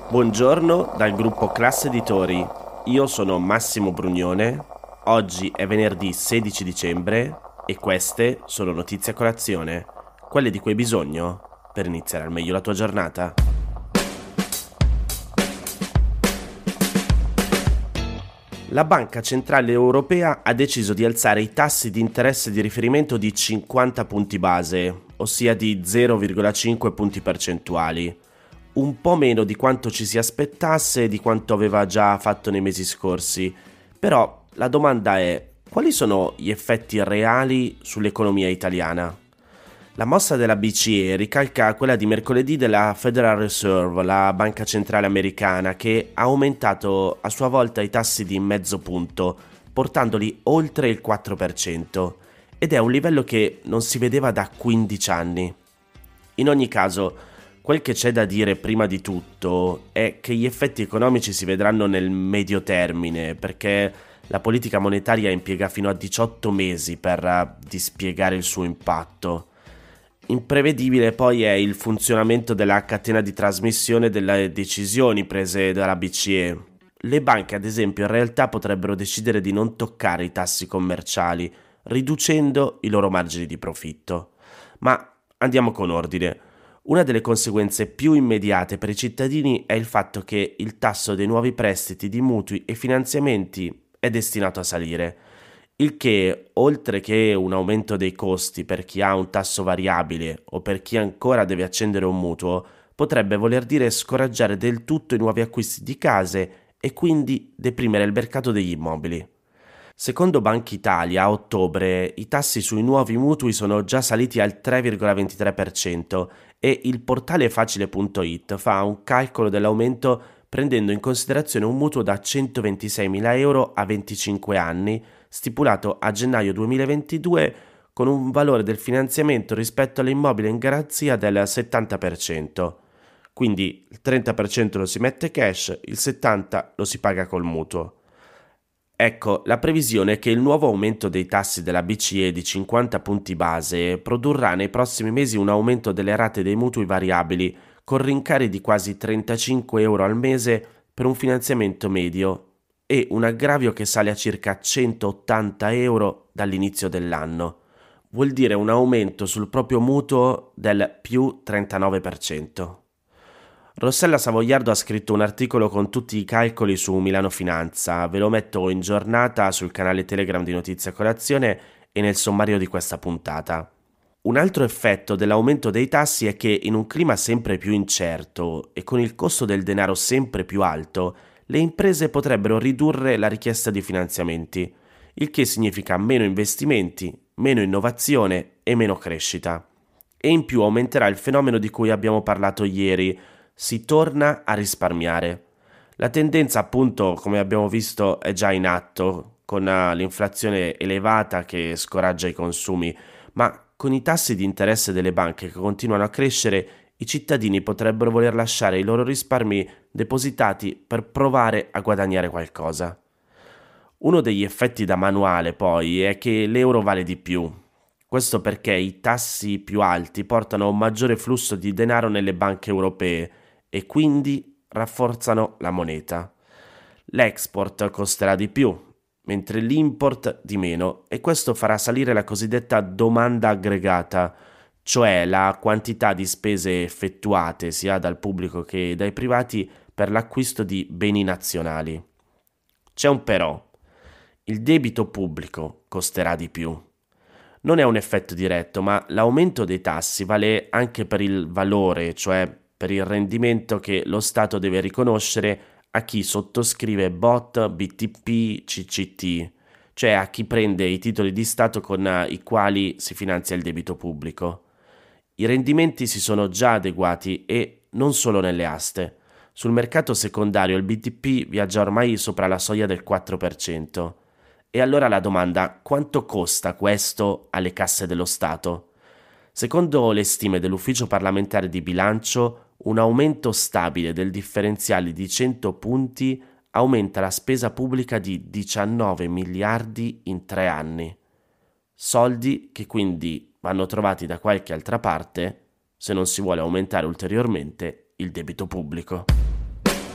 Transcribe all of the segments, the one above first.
Buongiorno dal gruppo Classe Editori. Io sono Massimo Brugnone. Oggi è venerdì 16 dicembre e queste sono notizie a colazione, quelle di cui hai bisogno per iniziare al meglio la tua giornata. La Banca Centrale Europea ha deciso di alzare i tassi di interesse di riferimento di 50 punti base, ossia di 0,5 punti percentuali. Un po' meno di quanto ci si aspettasse e di quanto aveva già fatto nei mesi scorsi. Però la domanda è: quali sono gli effetti reali sull'economia italiana? La mossa della BCE ricalca quella di mercoledì della Federal Reserve, la banca centrale americana, che ha aumentato a sua volta i tassi di mezzo punto, portandoli oltre il 4%, ed è un livello che non si vedeva da 15 anni. In ogni caso, quel che c'è da dire prima di tutto è che gli effetti economici si vedranno nel medio termine, perché la politica monetaria impiega fino a 18 mesi per dispiegare il suo impatto. Imprevedibile poi è il funzionamento della catena di trasmissione delle decisioni prese dalla BCE. Le banche, ad esempio, in realtà potrebbero decidere di non toccare i tassi commerciali, riducendo i loro margini di profitto. Ma andiamo con ordine. Una delle conseguenze più immediate per i cittadini è il fatto che il tasso dei nuovi prestiti di mutui e finanziamenti è destinato a salire. Il che, oltre che un aumento dei costi per chi ha un tasso variabile o per chi ancora deve accendere un mutuo, potrebbe voler dire scoraggiare del tutto i nuovi acquisti di case e quindi deprimere il mercato degli immobili. Secondo Banca Italia, a ottobre i tassi sui nuovi mutui sono già saliti al 3,23% e il portale facile.it fa un calcolo dell'aumento prendendo in considerazione un mutuo da 126.000 euro a 25 anni, stipulato a gennaio 2022 con un valore del finanziamento rispetto all'immobile in garanzia del 70%. Quindi il 30% lo si mette cash, il 70% lo si paga col mutuo. Ecco, la previsione è che il nuovo aumento dei tassi della BCE di 50 punti base produrrà nei prossimi mesi un aumento delle rate dei mutui variabili con rincari di quasi 35 euro al mese per un finanziamento medio e un aggravio che sale a circa 180 euro dall'inizio dell'anno. Vuol dire un aumento sul proprio mutuo del più 39%. Rossella Savoiardo ha scritto un articolo con tutti i calcoli su Milano Finanza, ve lo metto in giornata sul canale Telegram di Notizia Colazione e nel sommario di questa puntata. Un altro effetto dell'aumento dei tassi è che in un clima sempre più incerto e con il costo del denaro sempre più alto, le imprese potrebbero ridurre la richiesta di finanziamenti, il che significa meno investimenti, meno innovazione e meno crescita. E in più aumenterà il fenomeno di cui abbiamo parlato ieri: si torna a risparmiare. La tendenza, appunto, come abbiamo visto, è già in atto, con l'inflazione elevata che scoraggia i consumi, ma con i tassi di interesse delle banche che continuano a crescere, i cittadini potrebbero voler lasciare i loro risparmi depositati per provare a guadagnare qualcosa. Uno degli effetti da manuale, poi, è che l'euro vale di più. Questo perché i tassi più alti portano a un maggiore flusso di denaro nelle banche europee e quindi rafforzano la moneta. L'export costerà di più, mentre l'import di meno, e questo farà salire la cosiddetta domanda aggregata, cioè la quantità di spese effettuate sia dal pubblico che dai privati per l'acquisto di beni nazionali. C'è un però: il debito pubblico costerà di più. Non è un effetto diretto, ma l'aumento dei tassi vale anche per il valore, cioè per il rendimento che lo Stato deve riconoscere a chi sottoscrive BOT, BTP, CCT, cioè a chi prende i titoli di Stato con i quali si finanzia il debito pubblico. I rendimenti si sono già adeguati e non solo nelle aste. Sul mercato secondario il BTP viaggia ormai sopra la soglia del 4%. E allora la domanda: quanto costa questo alle casse dello Stato? Secondo le stime dell'Ufficio parlamentare di bilancio, un aumento stabile del differenziale di 100 punti aumenta la spesa pubblica di 19 miliardi in 3 anni. Soldi che quindi vanno trovati da qualche altra parte se non si vuole aumentare ulteriormente il debito pubblico.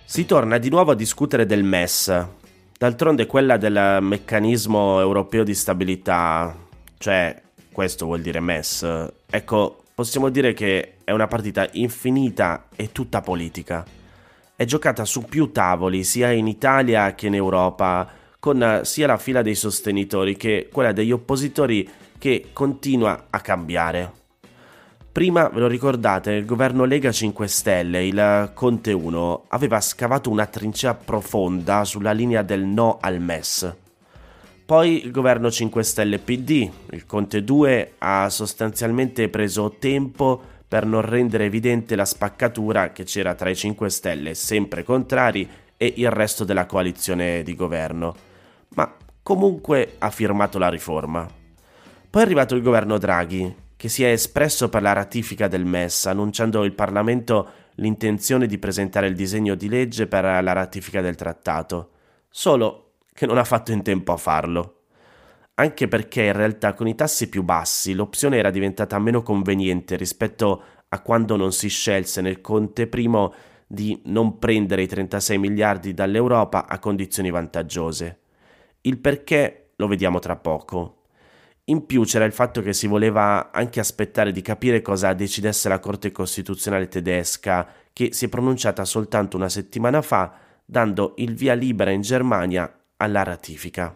Si torna di nuovo a discutere del MES. D'altronde quella del meccanismo europeo di stabilità, cioè questo vuol dire MES, ecco, possiamo dire che è una partita infinita e tutta politica. È giocata su più tavoli, sia in Italia che in Europa, con sia la fila dei sostenitori che quella degli oppositori che continua a cambiare. Prima, ve lo ricordate, il governo Lega 5 Stelle, il Conte 1, aveva scavato una trincea profonda sulla linea del no al MES. Poi il governo 5 Stelle PD, il Conte 2, ha sostanzialmente preso tempo per non rendere evidente la spaccatura che c'era tra i 5 Stelle, sempre contrari, e il resto della coalizione di governo. Ma comunque ha firmato la riforma. Poi è arrivato il governo Draghi, che si è espresso per la ratifica del MES, annunciando al Parlamento l'intenzione di presentare il disegno di legge per la ratifica del trattato, solo che non ha fatto in tempo a farlo. Anche perché in realtà con i tassi più bassi l'opzione era diventata meno conveniente rispetto a quando non si scelse nel Conte I di non prendere i 36 miliardi dall'Europa a condizioni vantaggiose. Il perché lo vediamo tra poco. In più c'era il fatto che si voleva anche aspettare di capire cosa decidesse la Corte Costituzionale tedesca, che si è pronunciata soltanto una settimana fa, dando il via libera in Germania alla ratifica.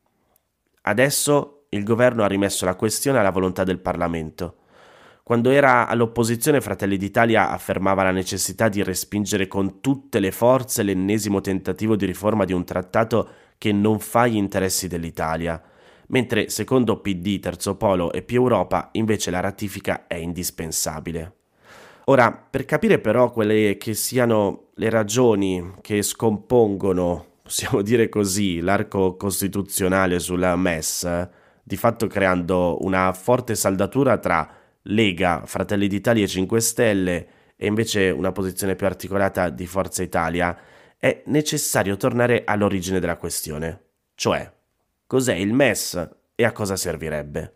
Adesso il governo ha rimesso la questione alla volontà del Parlamento. Quando era all'opposizione, Fratelli d'Italia affermava la necessità di respingere con tutte le forze l'ennesimo tentativo di riforma di un trattato che non fa gli interessi dell'Italia, mentre secondo PD, Terzo Polo e Più Europa invece la ratifica è indispensabile. Ora, per capire però quelle che siano le ragioni che scompongono, possiamo dire così, l'arco costituzionale sul MES, di fatto creando una forte saldatura tra Lega, Fratelli d'Italia e 5 Stelle e invece una posizione più articolata di Forza Italia, è necessario tornare all'origine della questione, cioè cos'è il MES e a cosa servirebbe?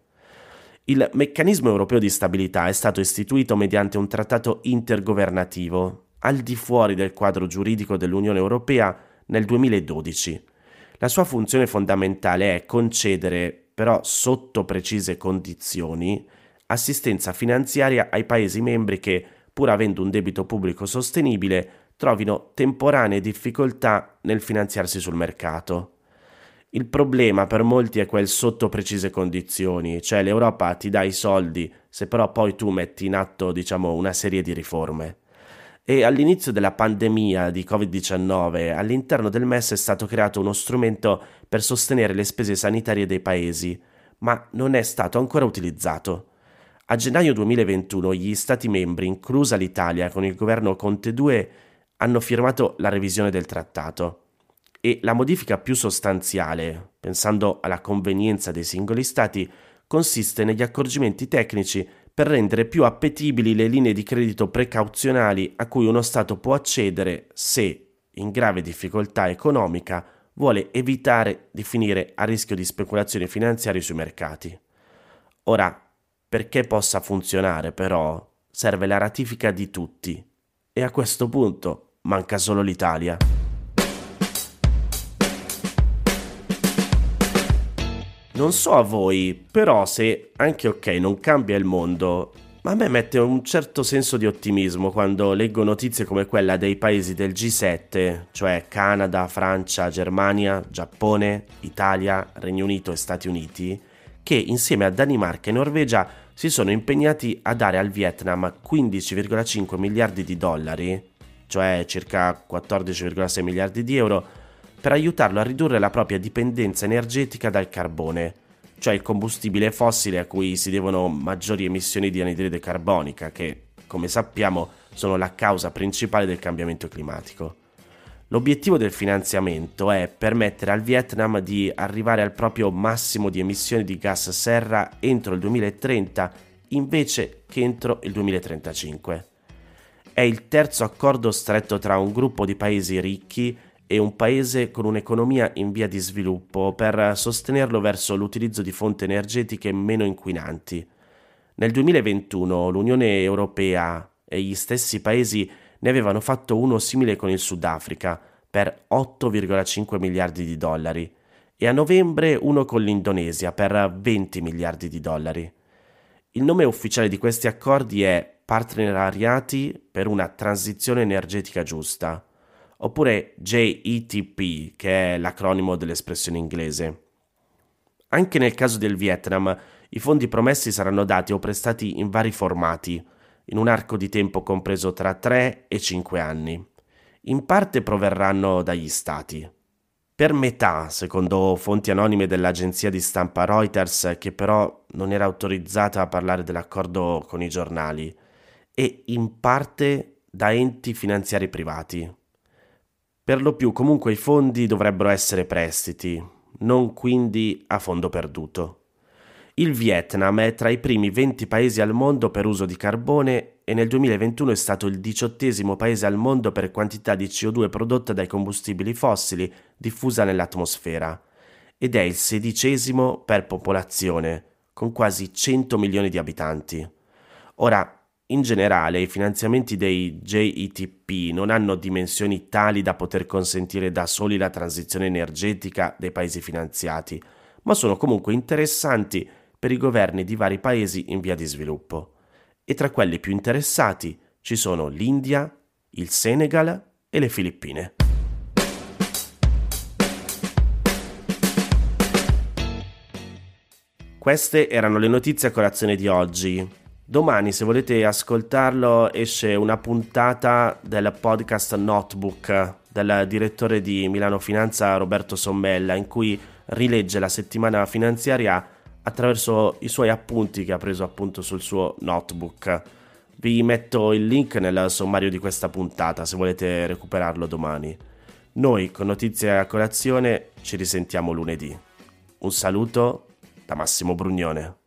Il meccanismo europeo di stabilità è stato istituito mediante un trattato intergovernativo al di fuori del quadro giuridico dell'Unione Europea nel 2012. La sua funzione fondamentale è concedere, però sotto precise condizioni, assistenza finanziaria ai Paesi membri che, pur avendo un debito pubblico sostenibile, trovino temporanee difficoltà nel finanziarsi sul mercato. Il problema per molti è quel sotto precise condizioni, cioè l'Europa ti dà i soldi se però poi tu metti in atto, una serie di riforme. E all'inizio della pandemia di Covid-19, all'interno del MES è stato creato uno strumento per sostenere le spese sanitarie dei paesi, ma non è stato ancora utilizzato. A gennaio 2021 gli Stati membri, inclusa l'Italia con il governo Conte 2, hanno firmato la revisione del trattato. E la modifica più sostanziale, pensando alla convenienza dei singoli stati, consiste negli accorgimenti tecnici per rendere più appetibili le linee di credito precauzionali a cui uno Stato può accedere se, in grave difficoltà economica, vuole evitare di finire a rischio di speculazioni finanziarie sui mercati. Ora, perché possa funzionare, però, serve la ratifica di tutti. E a questo punto manca solo l'Italia. Non so a voi, però se anche non cambia il mondo, ma a me mette un certo senso di ottimismo quando leggo notizie come quella dei paesi del G7, cioè Canada, Francia, Germania, Giappone, Italia, Regno Unito e Stati Uniti, che insieme a Danimarca e Norvegia si sono impegnati a dare al Vietnam 15,5 miliardi di dollari, cioè circa 14,6 miliardi di euro, per aiutarlo a ridurre la propria dipendenza energetica dal carbone, cioè il combustibile fossile a cui si devono maggiori emissioni di anidride carbonica, che, come sappiamo, sono la causa principale del cambiamento climatico. L'obiettivo del finanziamento è permettere al Vietnam di arrivare al proprio massimo di emissioni di gas serra entro il 2030 invece che entro il 2035. È il terzo accordo stretto tra un gruppo di paesi ricchi e un paese con un'economia in via di sviluppo per sostenerlo verso l'utilizzo di fonti energetiche meno inquinanti. Nel 2021 l'Unione Europea e gli stessi paesi ne avevano fatto uno simile con il Sudafrica per 8,5 miliardi di dollari e a novembre uno con l'Indonesia per 20 miliardi di dollari. Il nome ufficiale di questi accordi è Partenariati per una transizione energetica giusta, oppure JETP, che è l'acronimo dell'espressione inglese. Anche nel caso del Vietnam, i fondi promessi saranno dati o prestati in vari formati, in un arco di tempo compreso tra 3 e 5 anni. In parte proverranno dagli stati. Per metà, secondo fonti anonime dell'agenzia di stampa Reuters, che però non era autorizzata a parlare dell'accordo con i giornali, e in parte da enti finanziari privati. Per lo più comunque i fondi dovrebbero essere prestiti, non quindi a fondo perduto. Il Vietnam è tra i primi 20 paesi al mondo per uso di carbone e nel 2021 è stato il 18° paese al mondo per quantità di CO2 prodotta dai combustibili fossili diffusa nell'atmosfera ed è il 16° per popolazione, con quasi 100 milioni di abitanti. Ora, in generale, i finanziamenti dei JETP non hanno dimensioni tali da poter consentire da soli la transizione energetica dei paesi finanziati, ma sono comunque interessanti per i governi di vari paesi in via di sviluppo. E tra quelli più interessati ci sono l'India, il Senegal e le Filippine. Queste erano le notizie a colazione di oggi. Domani, se volete ascoltarlo, esce una puntata del podcast Notebook del direttore di Milano Finanza Roberto Sommella, in cui rilegge la settimana finanziaria attraverso i suoi appunti che ha preso appunto sul suo notebook. Vi metto il link nel sommario di questa puntata se volete recuperarlo domani. Noi con Notizie a colazione ci risentiamo lunedì. Un saluto da Massimo Brugnone.